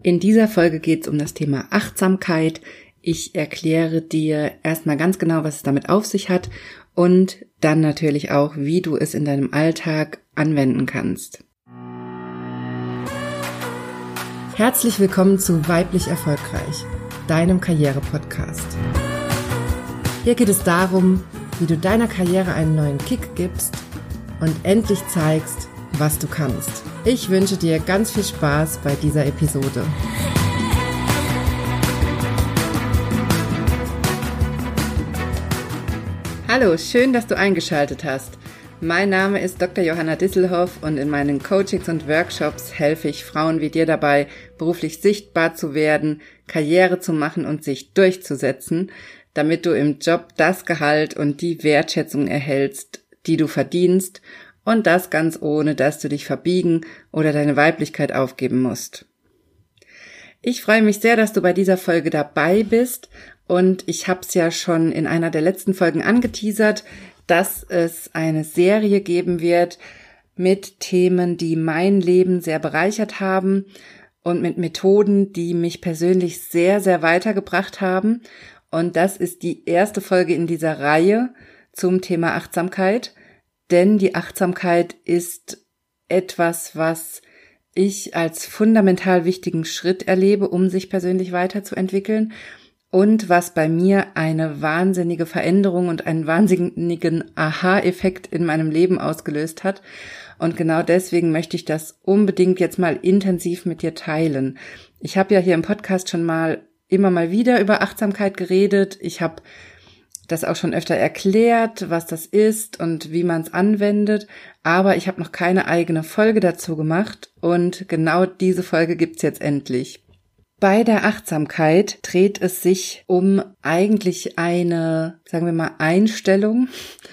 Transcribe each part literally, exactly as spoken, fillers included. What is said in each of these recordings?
In dieser Folge geht es um das Thema Achtsamkeit. Ich erkläre dir erstmal ganz genau, was es damit auf sich hat und dann natürlich auch, wie du es in deinem Alltag anwenden kannst. Herzlich willkommen zu Weiblich Erfolgreich, deinem Karriere-Podcast. Hier geht es darum, wie du deiner Karriere einen neuen Kick gibst und endlich zeigst, was du kannst. Ich wünsche dir ganz viel Spaß bei dieser Episode. Hallo, schön, dass du eingeschaltet hast. Mein Name ist Doktor Johanna Disselhoff und in meinen Coachings und Workshops helfe ich Frauen wie dir dabei, beruflich sichtbar zu werden, Karriere zu machen und sich durchzusetzen, damit du im Job das Gehalt und die Wertschätzung erhältst, die du verdienst, und das ganz ohne, dass du dich verbiegen oder deine Weiblichkeit aufgeben musst. Ich freue mich sehr, dass du bei dieser Folge dabei bist und ich habe es ja schon in einer der letzten Folgen angeteasert, dass es eine Serie geben wird mit Themen, die mein Leben sehr bereichert haben und mit Methoden, die mich persönlich sehr, sehr weitergebracht haben. Und das ist die erste Folge in dieser Reihe zum Thema Achtsamkeit. Denn die Achtsamkeit ist etwas, was ich als fundamental wichtigen Schritt erlebe, um sich persönlich weiterzuentwickeln und was bei mir eine wahnsinnige Veränderung und einen wahnsinnigen Aha-Effekt in meinem Leben ausgelöst hat. Und genau deswegen möchte ich das unbedingt jetzt mal intensiv mit dir teilen. Ich habe ja hier im Podcast schon mal immer mal wieder über Achtsamkeit geredet. Ich habe das auch schon öfter erklärt, was das ist und wie man es anwendet, aber ich habe noch keine eigene Folge dazu gemacht und genau diese Folge gibt's jetzt endlich. Bei der Achtsamkeit dreht es sich um eigentlich eine, sagen wir mal, Einstellung.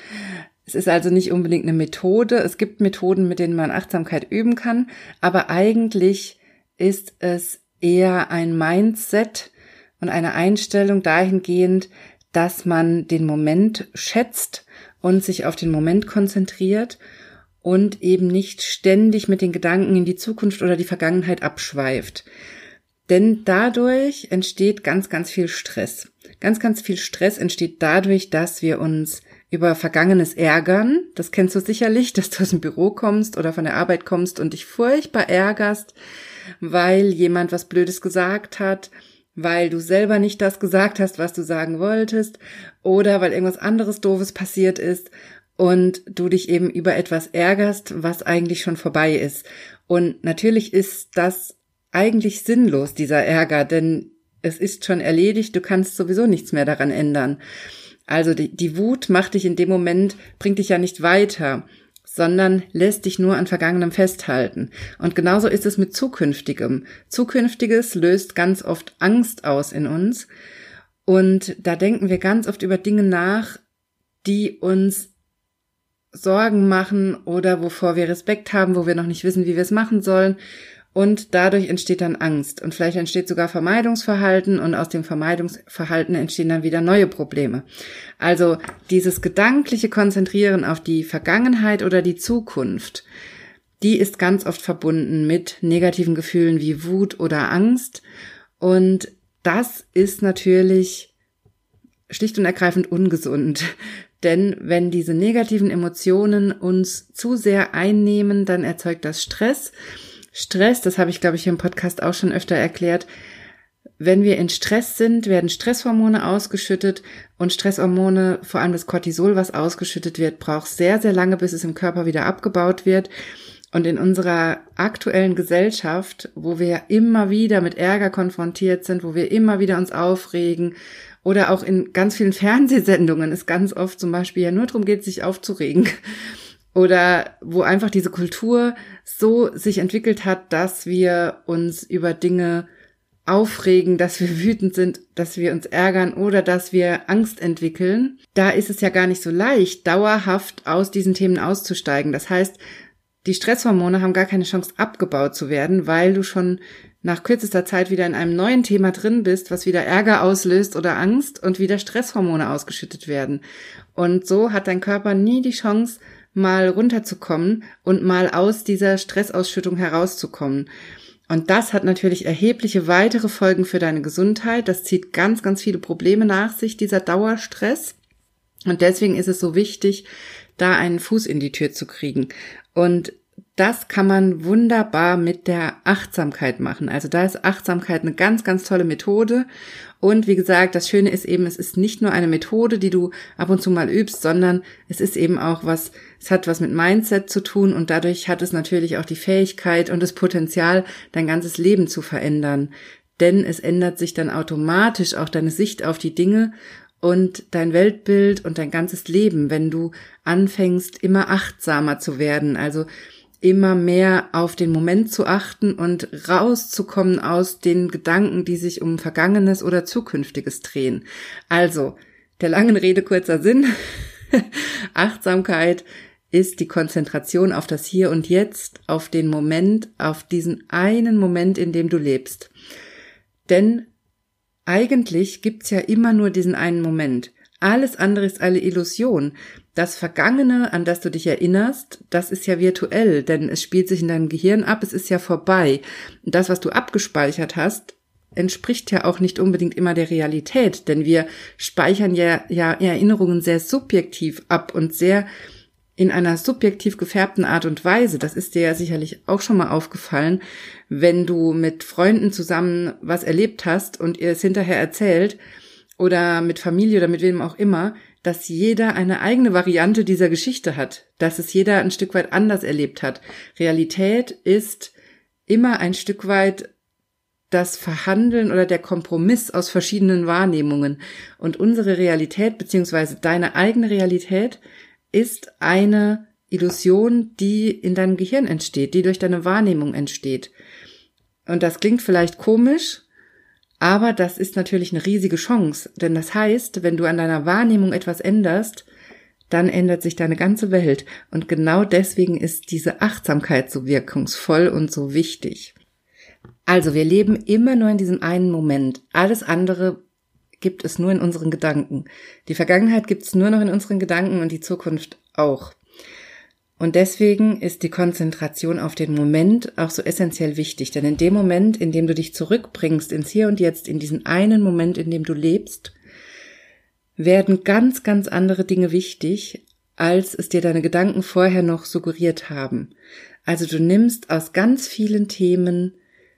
Es ist also nicht unbedingt eine Methode. Es gibt Methoden, mit denen man Achtsamkeit üben kann, aber eigentlich ist es eher ein Mindset und eine Einstellung dahingehend, dass man den Moment schätzt und sich auf den Moment konzentriert und eben nicht ständig mit den Gedanken in die Zukunft oder die Vergangenheit abschweift. Denn dadurch entsteht ganz, ganz viel Stress. Ganz, ganz viel Stress entsteht dadurch, dass wir uns über Vergangenes ärgern. Das kennst du sicherlich, dass du aus dem Büro kommst oder von der Arbeit kommst und dich furchtbar ärgerst, weil jemand was Blödes gesagt hat, weil du selber nicht das gesagt hast, was du sagen wolltest, oder weil irgendwas anderes Doofes passiert ist und du dich eben über etwas ärgerst, was eigentlich schon vorbei ist. Und natürlich ist das eigentlich sinnlos, dieser Ärger, denn es ist schon erledigt, du kannst sowieso nichts mehr daran ändern. Also die, die Wut macht dich in dem Moment, bringt dich ja nicht weiter, sondern lässt dich nur an Vergangenem festhalten. Und genauso ist es mit Zukünftigem. Zukünftiges löst ganz oft Angst aus in uns. Und da denken wir ganz oft über Dinge nach, die uns Sorgen machen oder wovor wir Respekt haben, wo wir noch nicht wissen, wie wir es machen sollen. Und dadurch entsteht dann Angst. Und vielleicht entsteht sogar Vermeidungsverhalten und aus dem Vermeidungsverhalten entstehen dann wieder neue Probleme. Also dieses gedankliche Konzentrieren auf die Vergangenheit oder die Zukunft, die ist ganz oft verbunden mit negativen Gefühlen wie Wut oder Angst. Und das ist natürlich schlicht und ergreifend ungesund. Denn wenn diese negativen Emotionen uns zu sehr einnehmen, dann erzeugt das Stress. Stress, das habe ich, glaube ich, hier im Podcast auch schon öfter erklärt. Wenn wir in Stress sind, werden Stresshormone ausgeschüttet und Stresshormone, vor allem das Cortisol, was ausgeschüttet wird, braucht sehr, sehr lange, bis es im Körper wieder abgebaut wird. Und in unserer aktuellen Gesellschaft, wo wir immer wieder mit Ärger konfrontiert sind, wo wir immer wieder uns aufregen oder auch in ganz vielen Fernsehsendungen es ganz oft zum Beispiel ja nur darum geht, sich aufzuregen. Oder wo einfach diese Kultur so sich entwickelt hat, dass wir uns über Dinge aufregen, dass wir wütend sind, dass wir uns ärgern oder dass wir Angst entwickeln. Da ist es ja gar nicht so leicht, dauerhaft aus diesen Themen auszusteigen. Das heißt, die Stresshormone haben gar keine Chance abgebaut zu werden, weil du schon nach kürzester Zeit wieder in einem neuen Thema drin bist, was wieder Ärger auslöst oder Angst und wieder Stresshormone ausgeschüttet werden. Und so hat dein Körper nie die Chance, mal runterzukommen und mal aus dieser Stressausschüttung herauszukommen. Und das hat natürlich erhebliche weitere Folgen für deine Gesundheit. Das zieht ganz, ganz viele Probleme nach sich, dieser Dauerstress. Und deswegen ist es so wichtig, da einen Fuß in die Tür zu kriegen. Und das kann man wunderbar mit der Achtsamkeit machen. Also da ist Achtsamkeit eine ganz, ganz tolle Methode. Und wie gesagt, das Schöne ist eben, es ist nicht nur eine Methode, die du ab und zu mal übst, sondern es ist eben auch was, es hat was mit Mindset zu tun und dadurch hat es natürlich auch die Fähigkeit und das Potenzial, dein ganzes Leben zu verändern. Denn es ändert sich dann automatisch auch deine Sicht auf die Dinge und dein Weltbild und dein ganzes Leben, wenn du anfängst, immer achtsamer zu werden, also immer mehr auf den Moment zu achten und rauszukommen aus den Gedanken, die sich um Vergangenes oder Zukünftiges drehen. Also, der langen Rede kurzer Sinn. Achtsamkeit ist die Konzentration auf das Hier und Jetzt, auf den Moment, auf diesen einen Moment, in dem du lebst. Denn eigentlich gibt's ja immer nur diesen einen Moment. Alles andere ist eine Illusion. Das Vergangene, an das du dich erinnerst, das ist ja virtuell, denn es spielt sich in deinem Gehirn ab, es ist ja vorbei. Und das, was du abgespeichert hast, entspricht ja auch nicht unbedingt immer der Realität, denn wir speichern ja, ja Erinnerungen sehr subjektiv ab und sehr in einer subjektiv gefärbten Art und Weise. Das ist dir ja sicherlich auch schon mal aufgefallen, wenn du mit Freunden zusammen was erlebt hast und ihr es hinterher erzählt oder mit Familie oder mit wem auch immer, dass jeder eine eigene Variante dieser Geschichte hat, dass es jeder ein Stück weit anders erlebt hat. Realität ist immer ein Stück weit das Verhandeln oder der Kompromiss aus verschiedenen Wahrnehmungen. Und unsere Realität beziehungsweise deine eigene Realität ist eine Illusion, die in deinem Gehirn entsteht, die durch deine Wahrnehmung entsteht. Und das klingt vielleicht komisch, aber das ist natürlich eine riesige Chance, denn das heißt, wenn du an deiner Wahrnehmung etwas änderst, dann ändert sich deine ganze Welt. Und genau deswegen ist diese Achtsamkeit so wirkungsvoll und so wichtig. Also wir leben immer nur in diesem einen Moment. Alles andere gibt es nur in unseren Gedanken. Die Vergangenheit gibt es nur noch in unseren Gedanken und die Zukunft auch. Und deswegen ist die Konzentration auf den Moment auch so essentiell wichtig. Denn in dem Moment, in dem du dich zurückbringst ins Hier und Jetzt, in diesen einen Moment, in dem du lebst, werden ganz, ganz andere Dinge wichtig, als es dir deine Gedanken vorher noch suggeriert haben. Also du nimmst aus ganz vielen Themen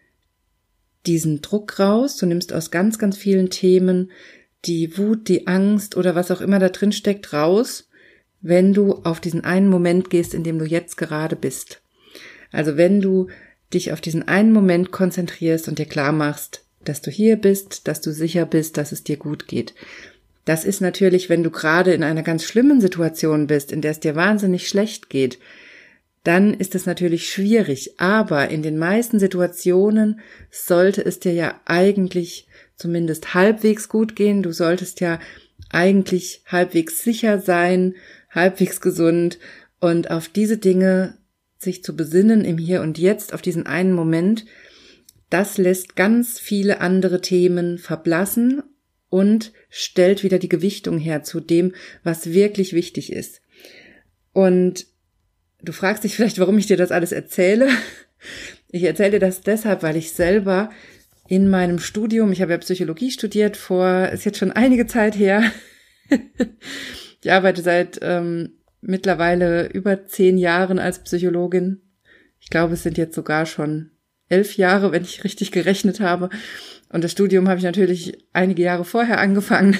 diesen Druck raus, du nimmst aus ganz, ganz vielen Themen die Wut, die Angst oder was auch immer da drin steckt raus, wenn du auf diesen einen Moment gehst, in dem du jetzt gerade bist. Also wenn du dich auf diesen einen Moment konzentrierst und dir klar machst, dass du hier bist, dass du sicher bist, dass es dir gut geht. Das ist natürlich, wenn du gerade in einer ganz schlimmen Situation bist, in der es dir wahnsinnig schlecht geht, dann ist es natürlich schwierig. Aber in den meisten Situationen sollte es dir ja eigentlich zumindest halbwegs gut gehen. Du solltest ja eigentlich halbwegs sicher sein, halbwegs gesund und auf diese Dinge sich zu besinnen im Hier und Jetzt, auf diesen einen Moment, das lässt ganz viele andere Themen verblassen und stellt wieder die Gewichtung her zu dem, was wirklich wichtig ist. Und du fragst dich vielleicht, warum ich dir das alles erzähle. Ich erzähle dir das deshalb, weil ich selber in meinem Studium, ich habe ja Psychologie studiert, vor, ist jetzt schon einige Zeit her. Ich arbeite seit ähm, mittlerweile über zehn Jahren als Psychologin. Ich glaube, es sind jetzt sogar schon elf Jahre, wenn ich richtig gerechnet habe. Und das Studium habe ich natürlich einige Jahre vorher angefangen.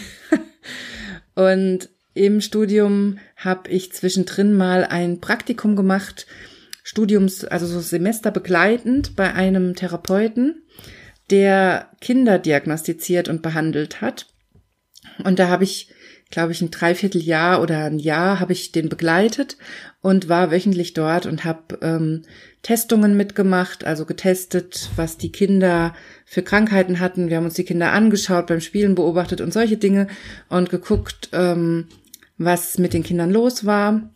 Und im Studium habe ich zwischendrin mal ein Praktikum gemacht, Studiums, also so semesterbegleitend bei einem Therapeuten, der Kinder diagnostiziert und behandelt hat. Und da habe ich, glaube ich, ein Dreivierteljahr oder ein Jahr habe ich den begleitet und war wöchentlich dort und habe ähm, Testungen mitgemacht, also getestet, was die Kinder für Krankheiten hatten. Wir haben uns die Kinder angeschaut, beim Spielen beobachtet und solche Dinge und geguckt, ähm, was mit den Kindern los war.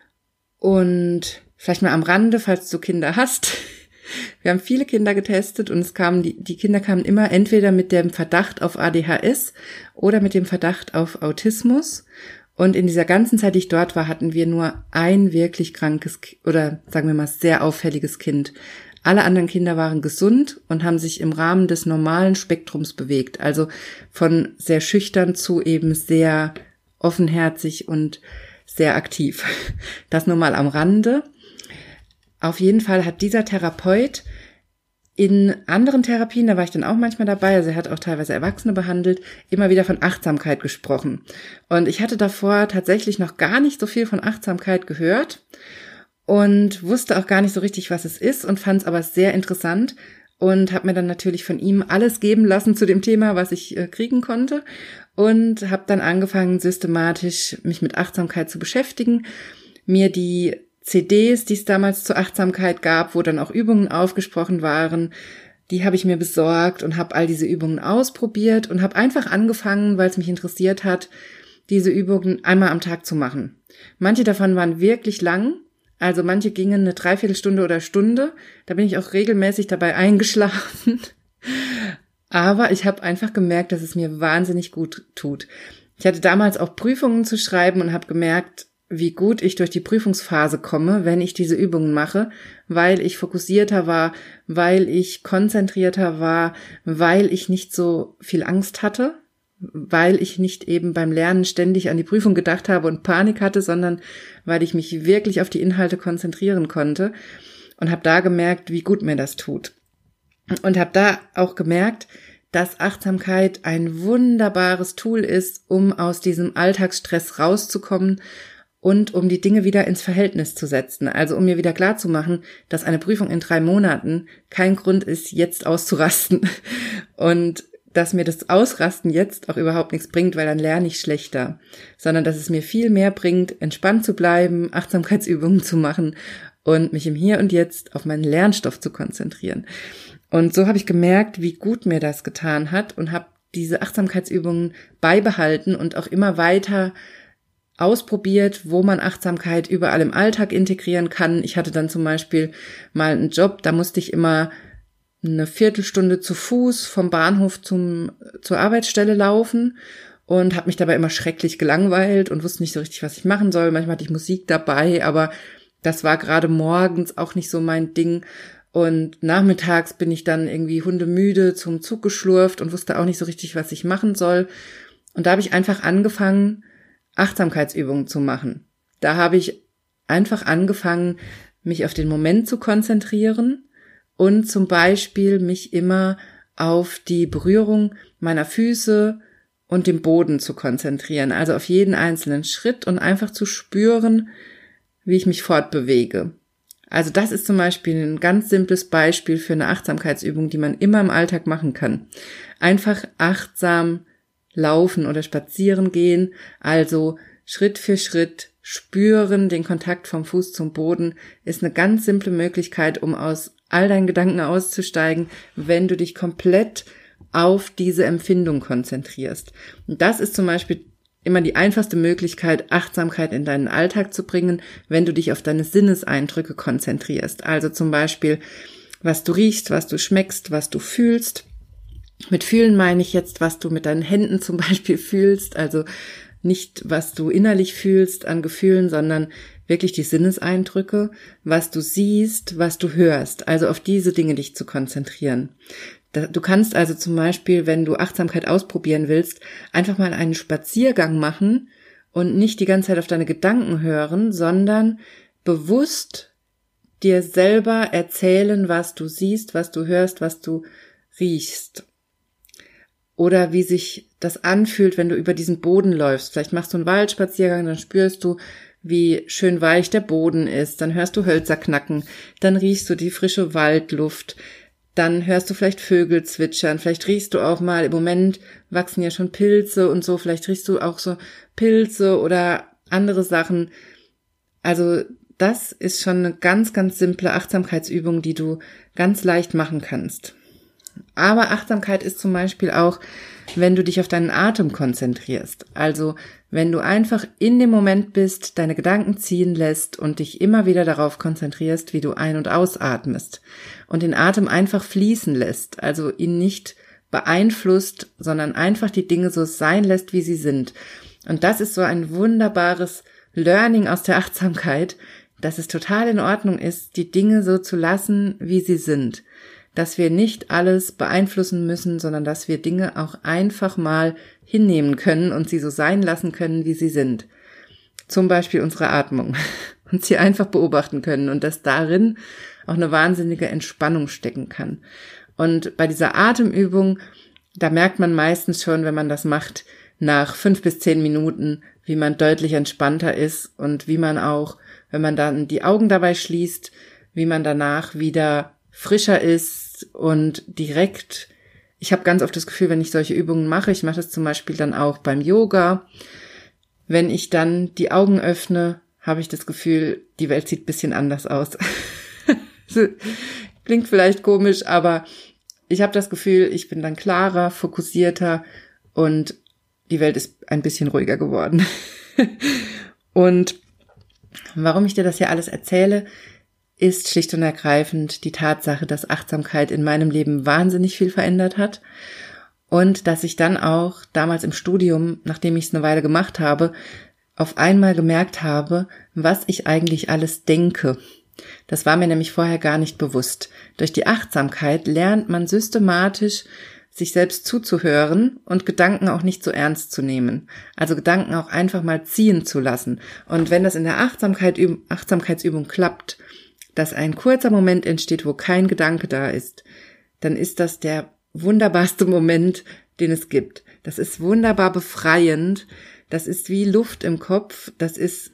Und vielleicht mal am Rande, falls du Kinder hast. Wir haben viele Kinder getestet und es kamen die, die Kinder kamen immer entweder mit dem Verdacht auf A D H S oder mit dem Verdacht auf Autismus. Und in dieser ganzen Zeit, die ich dort war, hatten wir nur ein wirklich krankes oder sagen wir mal sehr auffälliges Kind. Alle anderen Kinder waren gesund und haben sich im Rahmen des normalen Spektrums bewegt. Also von sehr schüchtern zu eben sehr offenherzig und sehr aktiv. Das nur mal am Rande. Auf jeden Fall hat dieser Therapeut in anderen Therapien, da war ich dann auch manchmal dabei, also er hat auch teilweise Erwachsene behandelt, immer wieder von Achtsamkeit gesprochen. Und ich hatte davor tatsächlich noch gar nicht so viel von Achtsamkeit gehört und wusste auch gar nicht so richtig, was es ist und fand es aber sehr interessant und habe mir dann natürlich von ihm alles geben lassen zu dem Thema, was ich äh, kriegen konnte und habe dann angefangen, systematisch mich mit Achtsamkeit zu beschäftigen, mir die C Ds, die es damals zur Achtsamkeit gab, wo dann auch Übungen aufgesprochen waren, die habe ich mir besorgt und habe all diese Übungen ausprobiert und habe einfach angefangen, weil es mich interessiert hat, diese Übungen einmal am Tag zu machen. Manche davon waren wirklich lang, also manche gingen eine Dreiviertelstunde oder Stunde, da bin ich auch regelmäßig dabei eingeschlafen, aber ich habe einfach gemerkt, dass es mir wahnsinnig gut tut. Ich hatte damals auch Prüfungen zu schreiben und habe gemerkt, wie gut ich durch die Prüfungsphase komme, wenn ich diese Übungen mache, weil ich fokussierter war, weil ich konzentrierter war, weil ich nicht so viel Angst hatte, weil ich nicht eben beim Lernen ständig an die Prüfung gedacht habe und Panik hatte, sondern weil ich mich wirklich auf die Inhalte konzentrieren konnte und habe da gemerkt, wie gut mir das tut. Und habe da auch gemerkt, dass Achtsamkeit ein wunderbares Tool ist, um aus diesem Alltagsstress rauszukommen und um die Dinge wieder ins Verhältnis zu setzen. Also um mir wieder klarzumachen, dass eine Prüfung in drei Monaten kein Grund ist, jetzt auszurasten. Und dass mir das Ausrasten jetzt auch überhaupt nichts bringt, weil dann lerne ich schlechter. Sondern dass es mir viel mehr bringt, entspannt zu bleiben, Achtsamkeitsübungen zu machen und mich im Hier und Jetzt auf meinen Lernstoff zu konzentrieren. Und so habe ich gemerkt, wie gut mir das getan hat und habe diese Achtsamkeitsübungen beibehalten und auch immer weiter ausprobiert, wo man Achtsamkeit überall im Alltag integrieren kann. Ich hatte dann zum Beispiel mal einen Job, da musste ich immer eine Viertelstunde zu Fuß vom Bahnhof zum zur Arbeitsstelle laufen und habe mich dabei immer schrecklich gelangweilt und wusste nicht so richtig, was ich machen soll. Manchmal hatte ich Musik dabei, aber das war gerade morgens auch nicht so mein Ding. Und nachmittags bin ich dann irgendwie hundemüde zum Zug geschlurft und wusste auch nicht so richtig, was ich machen soll. Und da habe ich einfach angefangen, Achtsamkeitsübungen zu machen. Da habe ich einfach angefangen, mich auf den Moment zu konzentrieren und zum Beispiel mich immer auf die Berührung meiner Füße und dem Boden zu konzentrieren, also auf jeden einzelnen Schritt und einfach zu spüren, wie ich mich fortbewege. Also das ist zum Beispiel ein ganz simples Beispiel für eine Achtsamkeitsübung, die man immer im Alltag machen kann. Einfach achtsam laufen oder spazieren gehen, also Schritt für Schritt spüren, den Kontakt vom Fuß zum Boden, ist eine ganz simple Möglichkeit, um aus all deinen Gedanken auszusteigen, wenn du dich komplett auf diese Empfindung konzentrierst. Und das ist zum Beispiel immer die einfachste Möglichkeit, Achtsamkeit in deinen Alltag zu bringen, wenn du dich auf deine Sinneseindrücke konzentrierst. Also zum Beispiel, was du riechst, was du schmeckst, was du fühlst. Mit fühlen meine ich jetzt, was du mit deinen Händen zum Beispiel fühlst, also nicht, was du innerlich fühlst an Gefühlen, sondern wirklich die Sinneseindrücke, was du siehst, was du hörst, also auf diese Dinge dich zu konzentrieren. Du kannst also zum Beispiel, wenn du Achtsamkeit ausprobieren willst, einfach mal einen Spaziergang machen und nicht die ganze Zeit auf deine Gedanken hören, sondern bewusst dir selber erzählen, was du siehst, was du hörst, was du riechst. Oder wie sich das anfühlt, wenn du über diesen Boden läufst. Vielleicht machst du einen Waldspaziergang, dann spürst du, wie schön weich der Boden ist. Dann hörst du Hölzer knacken, dann riechst du die frische Waldluft. Dann hörst du vielleicht Vögel zwitschern, vielleicht riechst du auch mal, im Moment wachsen ja schon Pilze und so, vielleicht riechst du auch so Pilze oder andere Sachen. Also das ist schon eine ganz, ganz simple Achtsamkeitsübung, die du ganz leicht machen kannst. Aber Achtsamkeit ist zum Beispiel auch, wenn du dich auf deinen Atem konzentrierst. Also wenn du einfach in dem Moment bist, deine Gedanken ziehen lässt und dich immer wieder darauf konzentrierst, wie du ein- und ausatmest und den Atem einfach fließen lässt, also ihn nicht beeinflusst, sondern einfach die Dinge so sein lässt, wie sie sind. Und das ist so ein wunderbares Learning aus der Achtsamkeit, dass es total in Ordnung ist, die Dinge so zu lassen, wie sie sind. Dass wir nicht alles beeinflussen müssen, sondern dass wir Dinge auch einfach mal hinnehmen können und sie so sein lassen können, wie sie sind. Zum Beispiel unsere Atmung. Und sie einfach beobachten können und dass darin auch eine wahnsinnige Entspannung stecken kann. Und bei dieser Atemübung, da merkt man meistens schon, wenn man das macht, nach fünf bis zehn Minuten, wie man deutlich entspannter ist und wie man auch, wenn man dann die Augen dabei schließt, wie man danach wieder frischer ist und direkt, ich habe ganz oft das Gefühl, wenn ich solche Übungen mache, ich mache das zum Beispiel dann auch beim Yoga, wenn ich dann die Augen öffne, habe ich das Gefühl, die Welt sieht ein bisschen anders aus. Klingt vielleicht komisch, aber ich habe das Gefühl, ich bin dann klarer, fokussierter und die Welt ist ein bisschen ruhiger geworden. Und warum ich dir das hier alles erzähle, ist schlicht und ergreifend die Tatsache, dass Achtsamkeit in meinem Leben wahnsinnig viel verändert hat und dass ich dann auch damals im Studium, nachdem ich es eine Weile gemacht habe, auf einmal gemerkt habe, was ich eigentlich alles denke. Das war mir nämlich vorher gar nicht bewusst. Durch die Achtsamkeit lernt man systematisch, sich selbst zuzuhören und Gedanken auch nicht so ernst zu nehmen. Also Gedanken auch einfach mal ziehen zu lassen. Und wenn das in der Achtsamkeit, Achtsamkeitsübung klappt, dass ein kurzer Moment entsteht, wo kein Gedanke da ist, dann ist das der wunderbarste Moment, den es gibt. Das ist wunderbar befreiend. Das ist wie Luft im Kopf. Das ist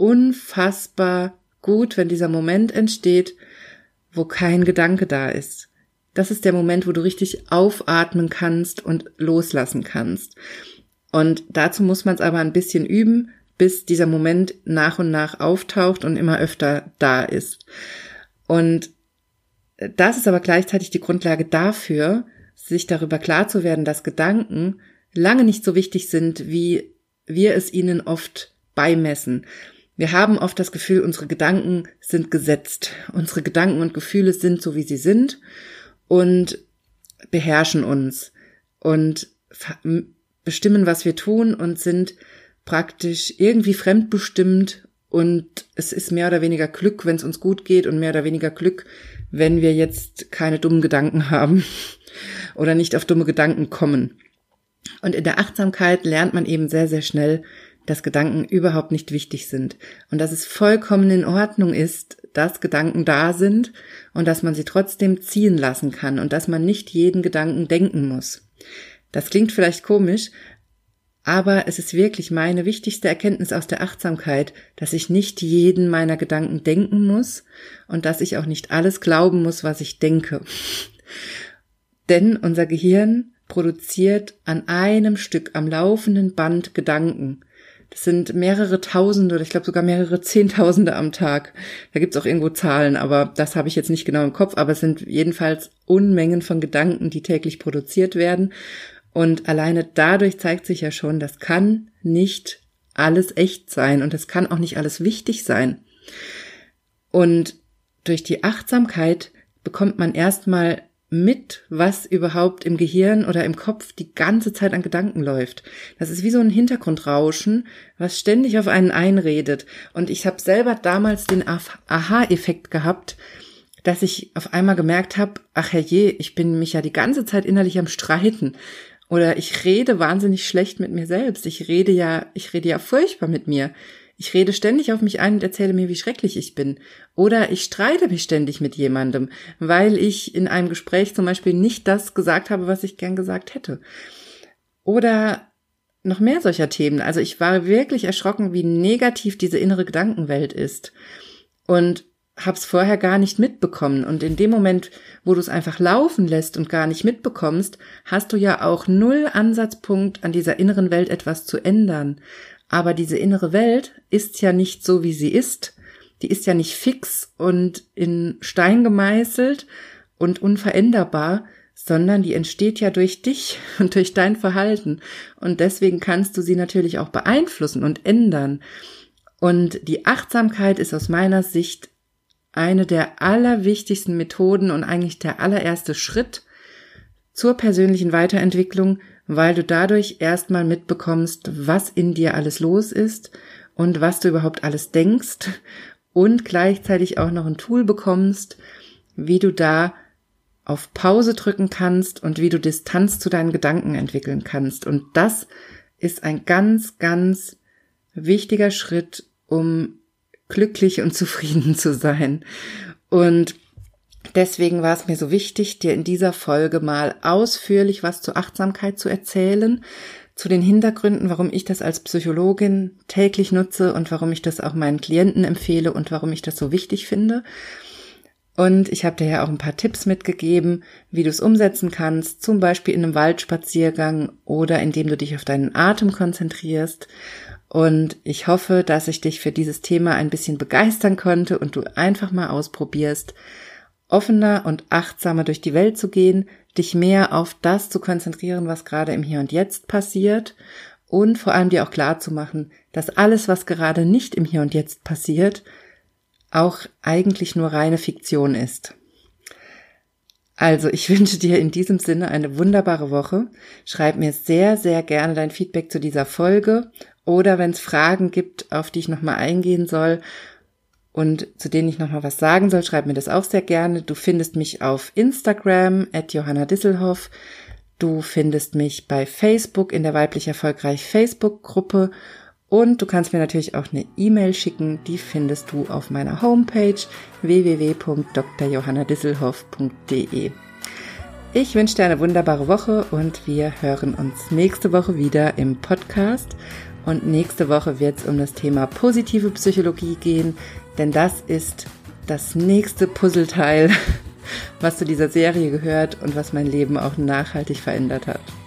unfassbar gut, wenn dieser Moment entsteht, wo kein Gedanke da ist. Das ist der Moment, wo du richtig aufatmen kannst und loslassen kannst. Und dazu muss man es aber ein bisschen üben, bis dieser Moment nach und nach auftaucht und immer öfter da ist. Und das ist aber gleichzeitig die Grundlage dafür, sich darüber klar zu werden, dass Gedanken lange nicht so wichtig sind, wie wir es ihnen oft beimessen. Wir haben oft das Gefühl, unsere Gedanken sind gesetzt. Unsere Gedanken und Gefühle sind so, wie sie sind und beherrschen uns und bestimmen, was wir tun und sind praktisch irgendwie fremdbestimmt und es ist mehr oder weniger Glück, wenn es uns gut geht und mehr oder weniger Glück, wenn wir jetzt keine dummen Gedanken haben oder nicht auf dumme Gedanken kommen. Und in der Achtsamkeit lernt man eben sehr, sehr schnell, dass Gedanken überhaupt nicht wichtig sind und dass es vollkommen in Ordnung ist, dass Gedanken da sind und dass man sie trotzdem ziehen lassen kann und dass man nicht jeden Gedanken denken muss. Das klingt vielleicht komisch, aber es ist wirklich meine wichtigste Erkenntnis aus der Achtsamkeit, dass ich nicht jeden meiner Gedanken denken muss und dass ich auch nicht alles glauben muss, was ich denke. Denn unser Gehirn produziert an einem Stück am laufenden Band Gedanken. Das sind mehrere Tausende oder ich glaube sogar mehrere Zehntausende am Tag. Da gibt's auch irgendwo Zahlen, aber das habe ich jetzt nicht genau im Kopf. Aber es sind jedenfalls Unmengen von Gedanken, die täglich produziert werden. Und alleine dadurch zeigt sich ja schon, das kann nicht alles echt sein und es kann auch nicht alles wichtig sein. Und durch die Achtsamkeit bekommt man erstmal mit, was überhaupt im Gehirn oder im Kopf die ganze Zeit an Gedanken läuft. Das ist wie so ein Hintergrundrauschen, was ständig auf einen einredet. Und ich habe selber damals den Aha-Effekt gehabt, dass ich auf einmal gemerkt habe, ach herrje, ich bin mich ja die ganze Zeit innerlich am Streiten. Oder ich rede wahnsinnig schlecht mit mir selbst. Ich rede ja, ich rede ja furchtbar mit mir. Ich rede ständig auf mich ein und erzähle mir, wie schrecklich ich bin. Oder ich streite mich ständig mit jemandem, weil ich in einem Gespräch zum Beispiel nicht das gesagt habe, was ich gern gesagt hätte. Oder noch mehr solcher Themen. Also ich war wirklich erschrocken, wie negativ diese innere Gedankenwelt ist. Und hab's vorher gar nicht mitbekommen. Und in dem Moment, wo du es einfach laufen lässt und gar nicht mitbekommst, hast du ja auch null Ansatzpunkt, an dieser inneren Welt etwas zu ändern. Aber diese innere Welt ist ja nicht so, wie sie ist. Die ist ja nicht fix und in Stein gemeißelt und unveränderbar, sondern die entsteht ja durch dich und durch dein Verhalten. Und deswegen kannst du sie natürlich auch beeinflussen und ändern. Und die Achtsamkeit ist aus meiner Sicht eine der allerwichtigsten Methoden und eigentlich der allererste Schritt zur persönlichen Weiterentwicklung, weil du dadurch erstmal mitbekommst, was in dir alles los ist und was du überhaupt alles denkst und gleichzeitig auch noch ein Tool bekommst, wie du da auf Pause drücken kannst und wie du Distanz zu deinen Gedanken entwickeln kannst. Und das ist ein ganz, ganz wichtiger Schritt, um glücklich und zufrieden zu sein. Und deswegen war es mir so wichtig, dir in dieser Folge mal ausführlich was zur Achtsamkeit zu erzählen, zu den Hintergründen, warum ich das als Psychologin täglich nutze und warum ich das auch meinen Klienten empfehle und warum ich das so wichtig finde. Und ich habe dir ja auch ein paar Tipps mitgegeben, wie du es umsetzen kannst, zum Beispiel in einem Waldspaziergang oder indem du dich auf deinen Atem konzentrierst. Und ich hoffe, dass ich dich für dieses Thema ein bisschen begeistern konnte und du einfach mal ausprobierst, offener und achtsamer durch die Welt zu gehen, dich mehr auf das zu konzentrieren, was gerade im Hier und Jetzt passiert und vor allem dir auch klar zu machen, dass alles, was gerade nicht im Hier und Jetzt passiert, auch eigentlich nur reine Fiktion ist. Also, ich wünsche dir in diesem Sinne eine wunderbare Woche. Schreib mir sehr, sehr gerne dein Feedback zu dieser Folge oder wenn es Fragen gibt, auf die ich nochmal eingehen soll und zu denen ich nochmal was sagen soll, schreib mir das auch sehr gerne. Du findest mich auf Instagram at Johanna Disselhoff. Du findest mich bei Facebook in der Weiblich Erfolgreich Facebook-Gruppe. Und du kannst mir natürlich auch eine E-Mail schicken, die findest du auf meiner Homepage w w w punkt d r johanna disselhoff punkt d e. Ich wünsche dir eine wunderbare Woche und wir hören uns nächste Woche wieder im Podcast. Und nächste Woche wird es um das Thema positive Psychologie gehen, denn das ist das nächste Puzzleteil, was zu dieser Serie gehört und was mein Leben auch nachhaltig verändert hat.